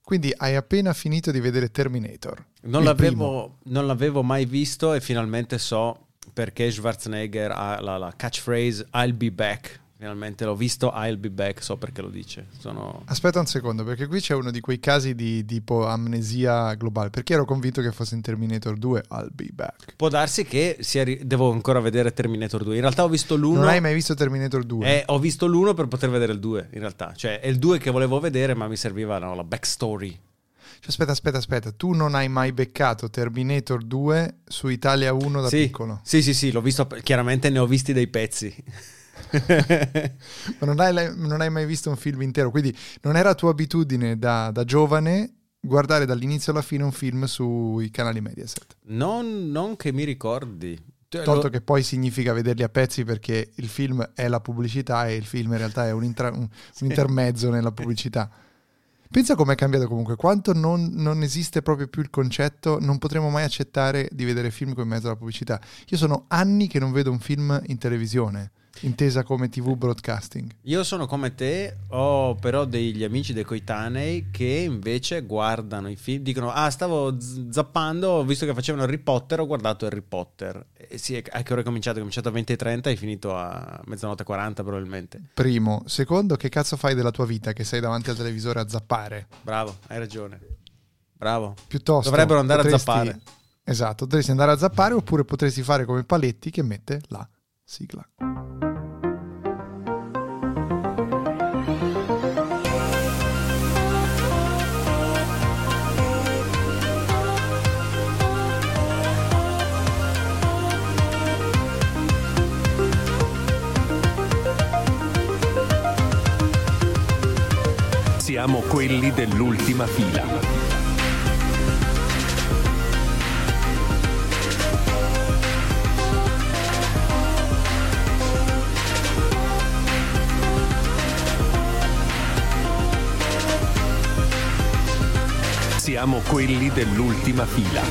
Quindi hai appena finito di vedere Terminator. Non l'avevo mai visto e finalmente so perché Schwarzenegger ha la catchphrase I'll be back. Finalmente l'ho visto, I'll be back, so perché lo dice. Aspetta un secondo, perché qui c'è uno di quei casi di tipo amnesia globale, perché ero convinto che fosse in Terminator 2, I'll be back. Può darsi che devo ancora vedere Terminator 2. In realtà ho visto l'1. Non hai mai visto Terminator 2? Ho visto l'1 per poter vedere il 2, in realtà. Cioè, è il 2 che volevo vedere, ma mi serviva la backstory. Cioè, aspetta, tu non hai mai beccato Terminator 2 su Italia 1 da piccolo? Sì, l'ho visto, chiaramente ne ho visti dei pezzi. Ma non hai mai visto un film intero, quindi non era tua abitudine da giovane guardare dall'inizio alla fine un film sui canali Mediaset? Non che mi ricordi. Tolto che poi significa vederli a pezzi, perché il film è la pubblicità e il film in realtà è un intermezzo nella pubblicità. Pensa com'è cambiato comunque, quanto non esiste proprio più il concetto, non potremo mai accettare di vedere film con in mezzo alla pubblicità. Io sono anni che non vedo un film in televisione, intesa come TV broadcasting. Io sono come te, ho però degli amici, dei coetanei che invece guardano i film, dicono stavo zappando, ho visto che facevano Harry Potter, ho guardato Harry Potter. E sì, a che ora è cominciato? È cominciato a 20:30 e è finito a 00:40 probabilmente. Primo. Secondo, che cazzo fai della tua vita che sei davanti al televisore a zappare? Bravo, hai ragione. Bravo. Piuttosto dovrebbero andare a zappare. Esatto, dovresti andare a zappare, oppure potresti fare come Paletti che mette la sigla. Siamo quelli dell'ultima fila. Siamo quelli dell'ultima fila.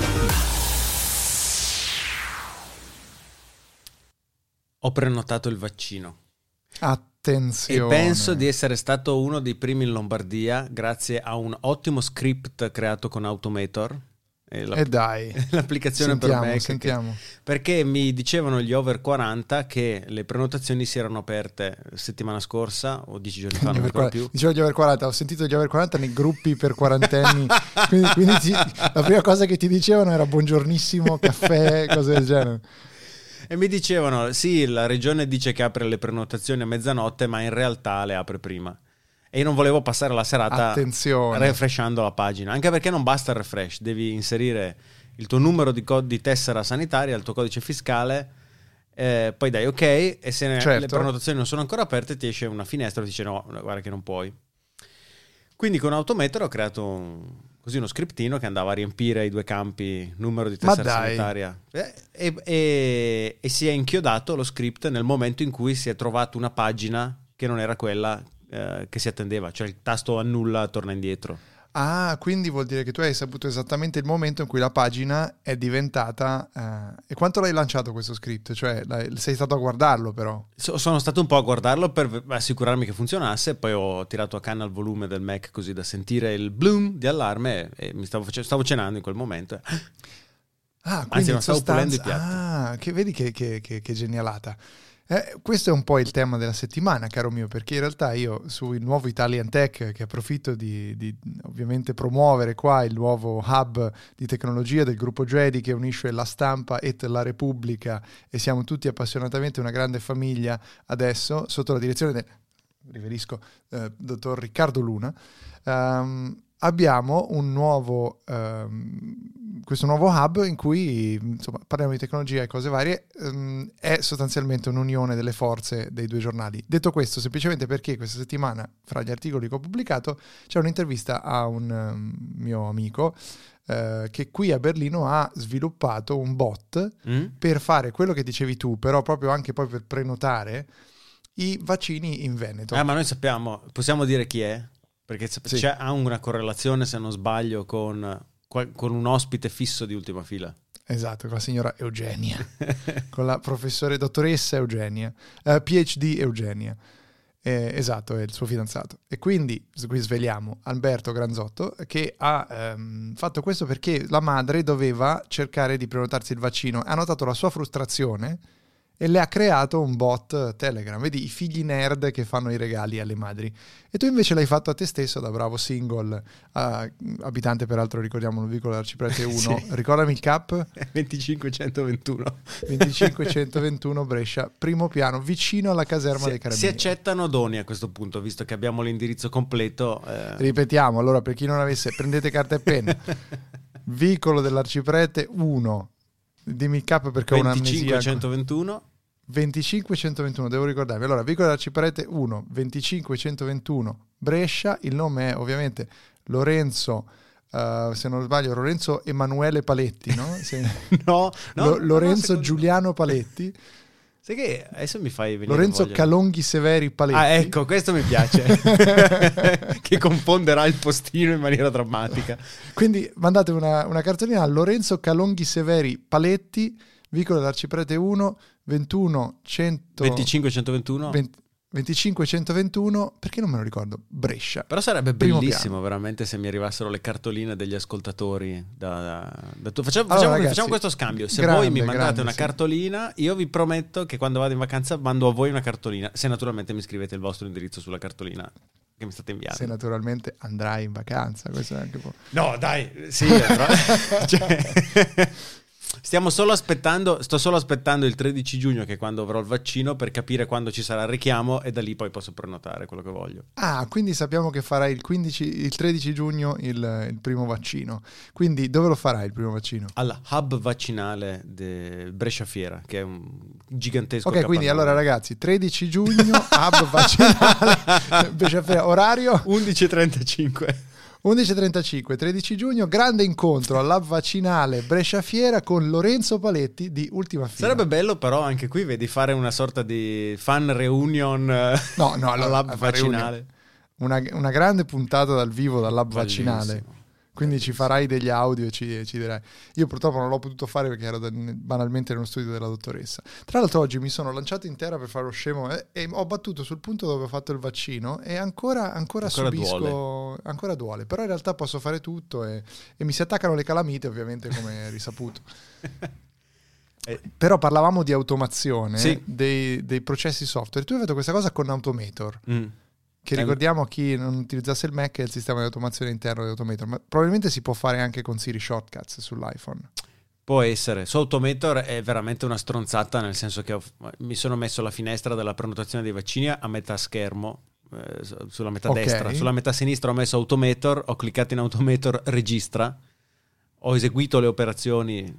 Ho prenotato il vaccino. Attenzione. E penso di essere stato uno dei primi in Lombardia grazie a un ottimo script creato con Automator. E dai, l'applicazione sentiamo, per Mac. Sentiamo. Perché mi dicevano gli over 40 che le prenotazioni si erano aperte settimana scorsa o 10 giorni fa, non ancora più. Dicevo gli over 40, ho sentito gli over 40 nei gruppi per quarantenni. quindi la prima cosa che ti dicevano era buongiornissimo, caffè, cose del genere. E mi dicevano, sì, la regione dice che apre le prenotazioni a mezzanotte, ma in realtà le apre prima. E io non volevo passare la serata refreshando la pagina, anche perché non basta il refresh, devi inserire il tuo numero di tessera sanitaria, il tuo codice fiscale, poi dai ok, e se le prenotazioni non sono ancora aperte ti esce una finestra e ti dice no, guarda che non puoi. Quindi con Automator ho creato uno scriptino che andava a riempire i due campi numero di tessera sanitaria e si è inchiodato lo script nel momento in cui si è trovato una pagina che non era quella che si attendeva, cioè il tasto annulla torna indietro. Ah, quindi vuol dire che tu hai saputo esattamente il momento in cui la pagina è diventata... E quanto l'hai lanciato questo script? Cioè sei stato a guardarlo però? Sono stato un po' a guardarlo per assicurarmi che funzionasse, poi ho tirato a canna il volume del Mac così da sentire il bloom di allarme e mi stavo cenando in quel momento. Anzi, non stavo pulendo i piatti. Che vedi che genialata. Questo è un po' il tema della settimana, caro mio, perché in realtà io sul nuovo Italian Tech, che approfitto di ovviamente promuovere qua, il nuovo hub di tecnologia del gruppo Jedi che unisce La Stampa e La Repubblica, e siamo tutti appassionatamente una grande famiglia adesso, sotto la direzione del, riferisco, dottor Riccardo Luna. Abbiamo questo nuovo hub in cui insomma parliamo di tecnologia e cose varie. È sostanzialmente un'unione delle forze dei due giornali. Detto questo, semplicemente perché questa settimana, fra gli articoli che ho pubblicato, c'è un'intervista a un mio amico che qui a Berlino ha sviluppato un bot per fare quello che dicevi tu, però proprio anche poi per prenotare i vaccini in Veneto. Ma noi sappiamo, possiamo dire chi è? Perché ha una correlazione, se non sbaglio, con un ospite fisso di Ultima Fila. Esatto, con la signora Eugenia, con la dottoressa Eugenia, PhD Eugenia. Esatto, è il suo fidanzato. E quindi qui sveliamo Alberto Granzotto che ha fatto questo perché la madre doveva cercare di prenotarsi il vaccino. Ha notato la sua frustrazione e le ha creato un bot Telegram. Vedi i figli nerd che fanno i regali alle madri. E tu invece l'hai fatto a te stesso da bravo single, abitante peraltro, ricordiamo, Vicolo dell'Arciprete 1. Sì. Ricordami il cap? 25121. 25121 Brescia, primo piano, vicino alla caserma dei Carabinieri. Si accettano doni a questo punto, visto che abbiamo l'indirizzo completo. Ripetiamo, allora, per chi non avesse, prendete carta e penna. Vicolo dell'Arciprete 1. Dimmi il cap perché ho un'amnesia. 25121. 25121, devo ricordarmi. Allora, Vicolo dell'Arciprete 1, 25121 Brescia. Il nome è ovviamente Lorenzo, se non sbaglio, Lorenzo Emanuele Paletti, no? Lorenzo Giuliano Paletti. Sai che adesso mi fai venire Lorenzo voglia. Calonghi Severi Paletti. Ah, ecco, questo mi piace. Che confonderà il postino in maniera drammatica. Quindi mandate una cartolina a Lorenzo Calonghi Severi Paletti, Vicolo dell'Arciprete 1, 25121. 25121, perché non me lo ricordo? Brescia. Però sarebbe bellissimo veramente se mi arrivassero le cartoline degli ascoltatori. Facciamo questo scambio. Se voi mi mandate una cartolina, io vi prometto che quando vado in vacanza mando a voi una cartolina. Se naturalmente mi scrivete il vostro indirizzo sulla cartolina che mi state inviando. Se naturalmente andrai in vacanza, questo è anche un po'. No, dai, sì, però, sto solo aspettando il 13 giugno, che è quando avrò il vaccino, per capire quando ci sarà il richiamo, e da lì poi posso prenotare quello che voglio. Ah, quindi sappiamo che farai il 13 giugno il primo vaccino. Quindi dove lo farai il primo vaccino? Alla hub vaccinale di Brescia Fiera, che è un gigantesco Ok, quindi allora ragazzi, 13 giugno hub vaccinale Brescia Fiera, orario 11:35. 11:35, 13 giugno, grande incontro all'hub vaccinale Brescia Fiera con Lorenzo Paletti di Ultima Fila. Sarebbe bello però anche qui, vedi, fare una sorta di fan reunion all'hub vaccinale. Una grande puntata dal vivo dall'hub vaccinale. Quindi ci farai degli audio e ci dirai. Io purtroppo non l'ho potuto fare perché ero banalmente nello studio della dottoressa. Tra l'altro oggi mi sono lanciato in terra per fare lo scemo e ho battuto sul punto dove ho fatto il vaccino e ancora subisco, ancora duole. Però in realtà posso fare tutto e mi si attaccano le calamite, ovviamente, come risaputo. Però parlavamo di automazione, sì, dei processi software. Tu hai fatto questa cosa con Automator. Che ricordiamo a chi non utilizzasse il Mac è il sistema di automazione interno di Automator, ma probabilmente si può fare anche con Siri Shortcuts sull'iPhone. Può essere. Su Automator è veramente una stronzata, nel senso che mi sono messo la finestra della prenotazione dei vaccini a metà schermo, sulla metà destra. Sulla metà sinistra ho messo Automator, ho cliccato in Automator registra, ho eseguito le operazioni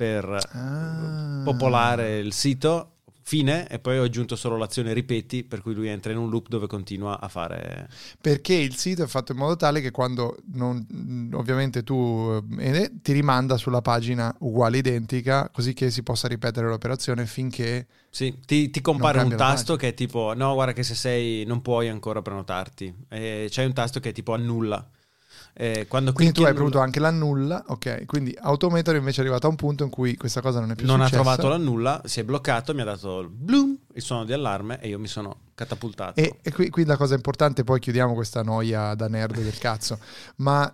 per popolare il sito, fine, e poi ho aggiunto solo l'azione ripeti, per cui lui entra in un loop dove continua a fare. Perché il sito è fatto in modo tale che quando ovviamente tu ti rimanda sulla pagina uguale, identica, così che si possa ripetere l'operazione finché ti compare un tasto che è tipo no, guarda che se non puoi ancora prenotarti, e c'è un tasto che è tipo annulla. Quindi tu hai premuto anche l'annulla, ok, quindi Automator invece è arrivato a un punto in cui questa cosa non è più successa. Ha trovato l'annulla, si è bloccato, mi ha dato il bloom, il suono di allarme, e io mi sono catapultato. E qui la cosa importante, poi chiudiamo questa noia da nerd del cazzo, ma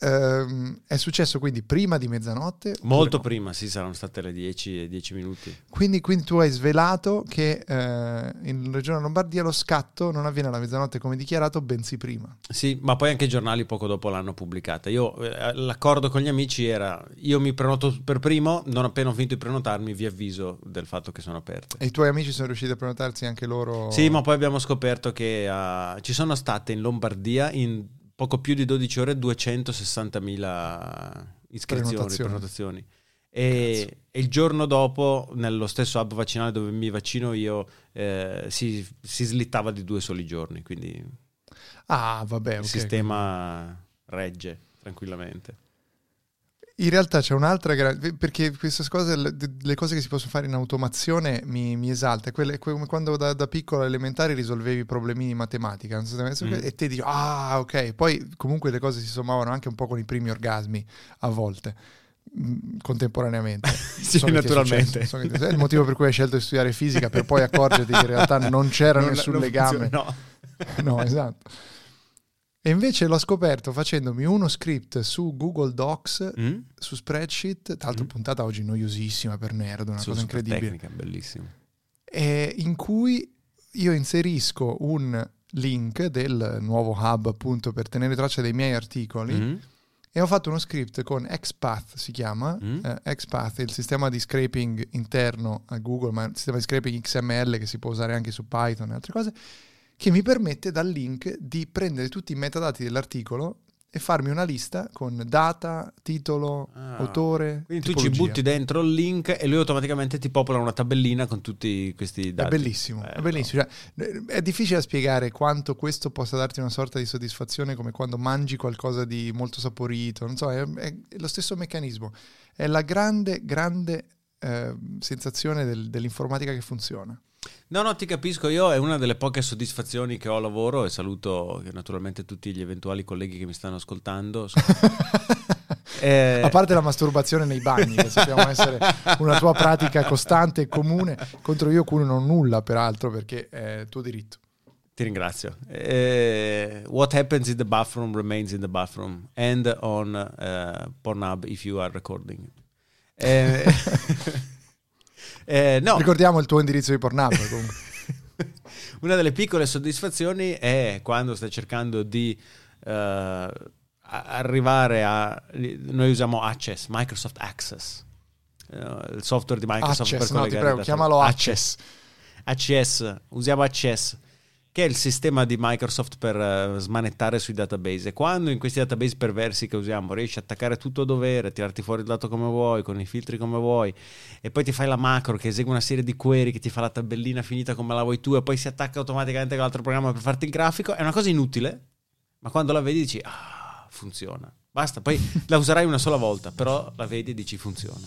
è successo quindi prima di mezzanotte? Molto prima, sì, saranno state le 10 minuti. Quindi tu hai svelato che in Regione Lombardia lo scatto non avviene alla mezzanotte come dichiarato, bensì prima. Sì, ma poi anche i giornali poco dopo l'hanno pubblicata. Io l'accordo con gli amici era: io mi prenoto per primo, non appena ho finito di prenotarmi vi avviso del fatto che sono aperte. E i tuoi amici sono riusciti a prenotarsi anche loro? Sì, ma poi abbiamo scoperto che ci sono state in Lombardia in poco più di 12 ore 260.000 iscrizioni, prenotazioni. E il giorno dopo, nello stesso hub vaccinale dove mi vaccino io, si slittava di 2 soli giorni. Quindi il sistema regge tranquillamente. In realtà c'è un'altra perché queste cose, le cose che si possono fare in automazione mi esalta. Come quando da piccolo elementare risolvevi problemini di matematica, e te dici ok, poi comunque le cose si sommavano anche un po' con i primi orgasmi a volte contemporaneamente. Sì, naturalmente. È il motivo per cui hai scelto di studiare fisica, per poi accorgerti che in realtà non c'era nessun legame No, esatto. E invece l'ho scoperto facendomi uno script su Google Docs, su spreadsheet, tra l'altro puntata oggi noiosissima per nerd, una cosa incredibile. Tecnica, bellissima. In cui io inserisco un link del nuovo hub appunto per tenere traccia dei miei articoli e ho fatto uno script con XPath, si chiama. XPath è il sistema di scraping interno a Google, ma il sistema di scraping XML che si può usare anche su Python e altre cose, che mi permette dal link di prendere tutti i metadati dell'articolo e farmi una lista con data, titolo, autore, quindi tipologia. Tu ci butti dentro il link e lui automaticamente ti popola una tabellina con tutti questi dati. È bellissimo, è bellissimo. Cioè, è difficile da spiegare quanto questo possa darti una sorta di soddisfazione, come quando mangi qualcosa di molto saporito, non so, è lo stesso meccanismo. È la grande sensazione dell'informatica che funziona. No, ti capisco, io è una delle poche soddisfazioni che ho a lavoro e saluto naturalmente tutti gli eventuali colleghi che mi stanno ascoltando. A parte la masturbazione nei bagni, che sappiamo essere una tua pratica costante e comune, contro io cui non ho nulla peraltro perché è tuo diritto. Ti ringrazio. What happens in the bathroom remains in the bathroom and on Pornhub if you are recording. No. Ricordiamo il tuo indirizzo di Pornhub comunque. Una delle piccole soddisfazioni è quando stai cercando di arrivare a... Noi usiamo Access, Microsoft Access, il software di Microsoft Access, per collegare ti prego, chiamalo Access. Usiamo Access, che è il sistema di Microsoft per smanettare sui database. E quando in questi database perversi che usiamo riesci a attaccare tutto a dovere, tirarti fuori il dato come vuoi, con i filtri come vuoi, e poi ti fai la macro che esegue una serie di query che ti fa la tabellina finita come la vuoi tu e poi si attacca automaticamente con l'altro programma per farti il grafico, è una cosa inutile, ma quando la vedi dici funziona, basta, poi la userai una sola volta, però la vedi e dici funziona.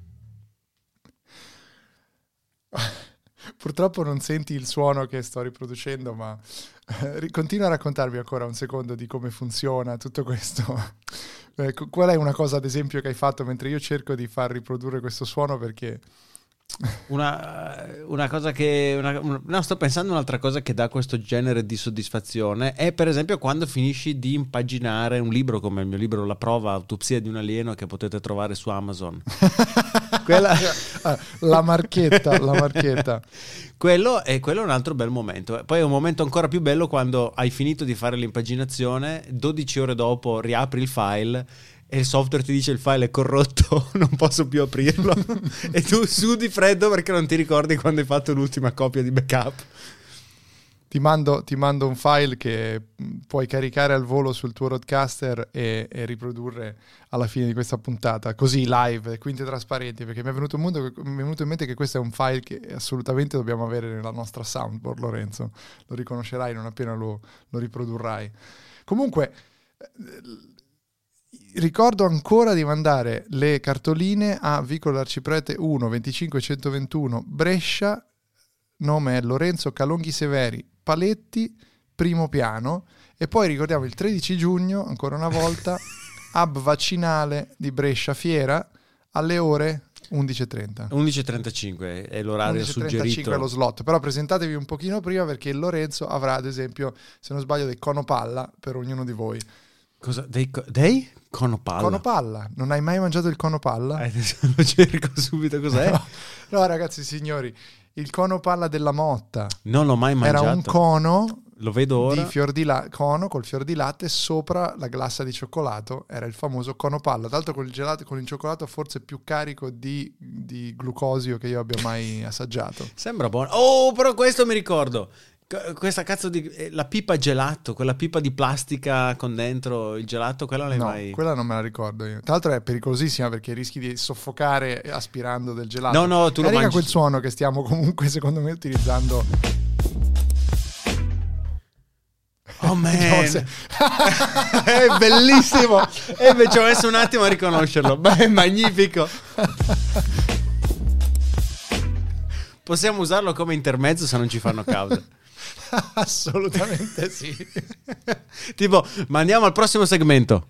Purtroppo non senti il suono che sto riproducendo, ma continua a raccontarmi ancora un secondo di come funziona tutto questo. Qual è una cosa, ad esempio, che hai fatto mentre io cerco di far riprodurre questo suono? Perché una cosa che no, sto pensando un'altra cosa che dà questo genere di soddisfazione è per esempio quando finisci di impaginare un libro come il mio libro La prova, autopsia di un alieno, che potete trovare su Amazon. La marchetta. Quello è un altro bel momento. Poi è un momento ancora più bello quando hai finito di fare l'impaginazione, 12 ore dopo riapri il file e il software ti dice il file è corrotto, non posso più aprirlo e tu sudi freddo perché non ti ricordi quando hai fatto l'ultima copia di backup. Ti mando un file che puoi caricare al volo sul tuo roadcaster e riprodurre alla fine di questa puntata, così live, quinte trasparenti, perché mi è venuto in mente che questo è un file che assolutamente dobbiamo avere nella nostra soundboard, Lorenzo. Lo riconoscerai non appena lo riprodurrai. Comunque, ricordo ancora di mandare le cartoline a Vicolo Arciprete 1, 25121 Brescia, nome è Lorenzo Calonghi Severi, Paletti, primo piano, e poi ricordiamo il 13 giugno, ancora una volta, hub vaccinale di Brescia Fiera alle ore 11.30. 11.35 è l'orario 11.35 suggerito. È lo slot, però presentatevi un pochino prima perché Lorenzo avrà, ad esempio, se non sbaglio, dei conopalla per ognuno di voi. Cosa? Dei conopalla? Conopalla, non hai mai mangiato il conopalla? Lo cerco subito, cos'è? No, ragazzi, signori, il conopalla della Motta. Non l'ho mai mangiato. Era un cono, lo vedo ora, di cono col fior di latte sopra la glassa di cioccolato, era il famoso conopalla, tra l'altro con il gelato, con il cioccolato forse più carico di glucosio che io abbia mai assaggiato. Sembra buono. Oh, però questo mi ricordo. Questa cazzo di la pipa gelato, quella pipa di plastica con dentro il gelato, quella non l'hai mai... No, quella non me la ricordo io. Tra l'altro è pericolosissima perché rischi di soffocare aspirando del gelato. No, tu lo mangi. Quel suono che stiamo comunque secondo me utilizzando. Oh man, è bellissimo. E invece ho messo un attimo a riconoscerlo. Beh, è magnifico. Possiamo usarlo come intermezzo se non ci fanno causa. Assolutamente sì. Tipo, ma andiamo al prossimo segmento.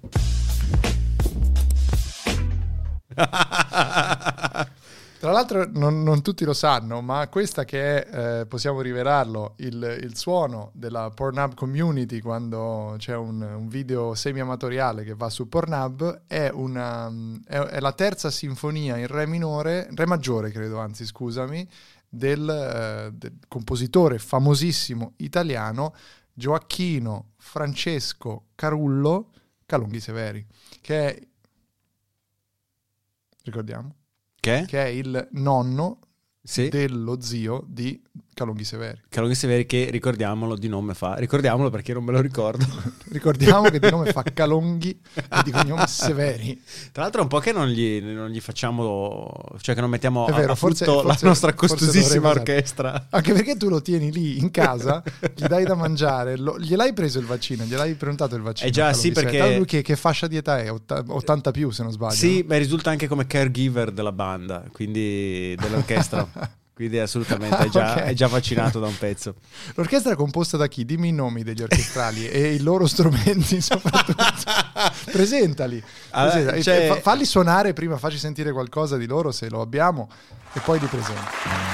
Tra l'altro non tutti lo sanno, ma questa che è, possiamo rivelarlo, il suono della Pornhub community quando c'è un video semi-amatoriale che va su Pornhub è la terza sinfonia in re minore, re maggiore credo, anzi scusami, del compositore famosissimo italiano Gioacchino Francesco Carullo Calonghi Severi, che è, ricordiamo, che è il nonno dello zio di Calonghi Severi. Calonghi Severi che, ricordiamolo, di nome fa... Ricordiamolo perché non me lo ricordo. Ricordiamo che di nome fa Calonghi e di cognome Severi. Tra l'altro è un po' che non gli facciamo... Cioè che non mettiamo a frutto la nostra costosissima orchestra. Anche perché tu lo tieni lì in casa, gli dai da mangiare, gliel'hai preso il vaccino, gliel'hai prenotato il vaccino. Già, sì, perché... Lui che fascia di età è? 80 più, se non sbaglio. Sì, ma risulta anche come caregiver della banda, quindi dell'orchestra. Quindi assolutamente è già vaccinato da un pezzo. L'orchestra è composta da chi? Dimmi i nomi degli orchestrali e i loro strumenti soprattutto. Presentali. Falli suonare prima, facci sentire qualcosa di loro se lo abbiamo e poi li presenti.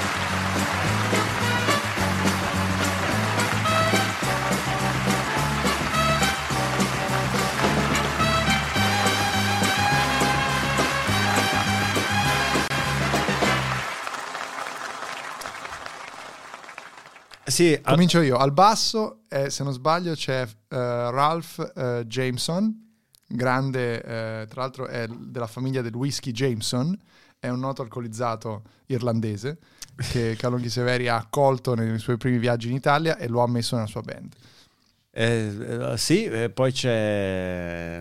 Sì, comincio io. Al basso, se non sbaglio, c'è Ralph Jameson, grande, tra l'altro è della famiglia del whisky Jameson, è un noto alcolizzato irlandese che Calonghi Severi ha accolto nei suoi primi viaggi in Italia e lo ha messo nella sua band. Poi c'è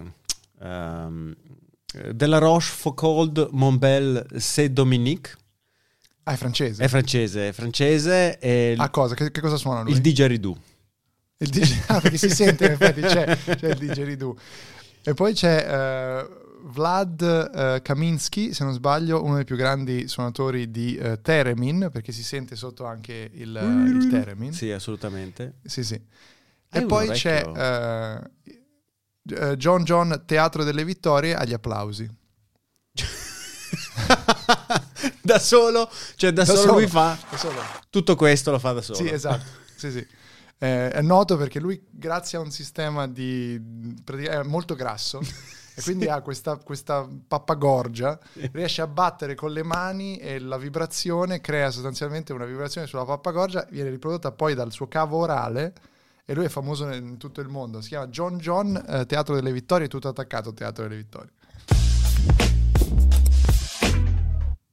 Della Rochefoucauld Montbel C'est Dominique. Ah, è francese? È francese. Cosa? Che cosa suona lui? Il didgeridoo. Perché si sente, in effetti c'è il didgeridoo. E poi c'è Vlad Kaminsky, se non sbaglio, uno dei più grandi suonatori di Theremin, perché si sente sotto anche il Theremin. Sì, assolutamente. Sì. E poi c'è John Teatro delle Vittorie agli applausi. Da solo lui fa tutto questo, lo fa da solo. Sì, esatto. Sì. È noto perché lui, grazie a un sistema è molto grasso e quindi ha questa pappagorgia, riesce a battere con le mani e la vibrazione crea sostanzialmente una vibrazione sulla pappagorgia, viene riprodotta poi dal suo cavo orale e lui è famoso in tutto il mondo. Si chiama John Teatro delle Vittorie, tutto attaccato Teatro delle Vittorie.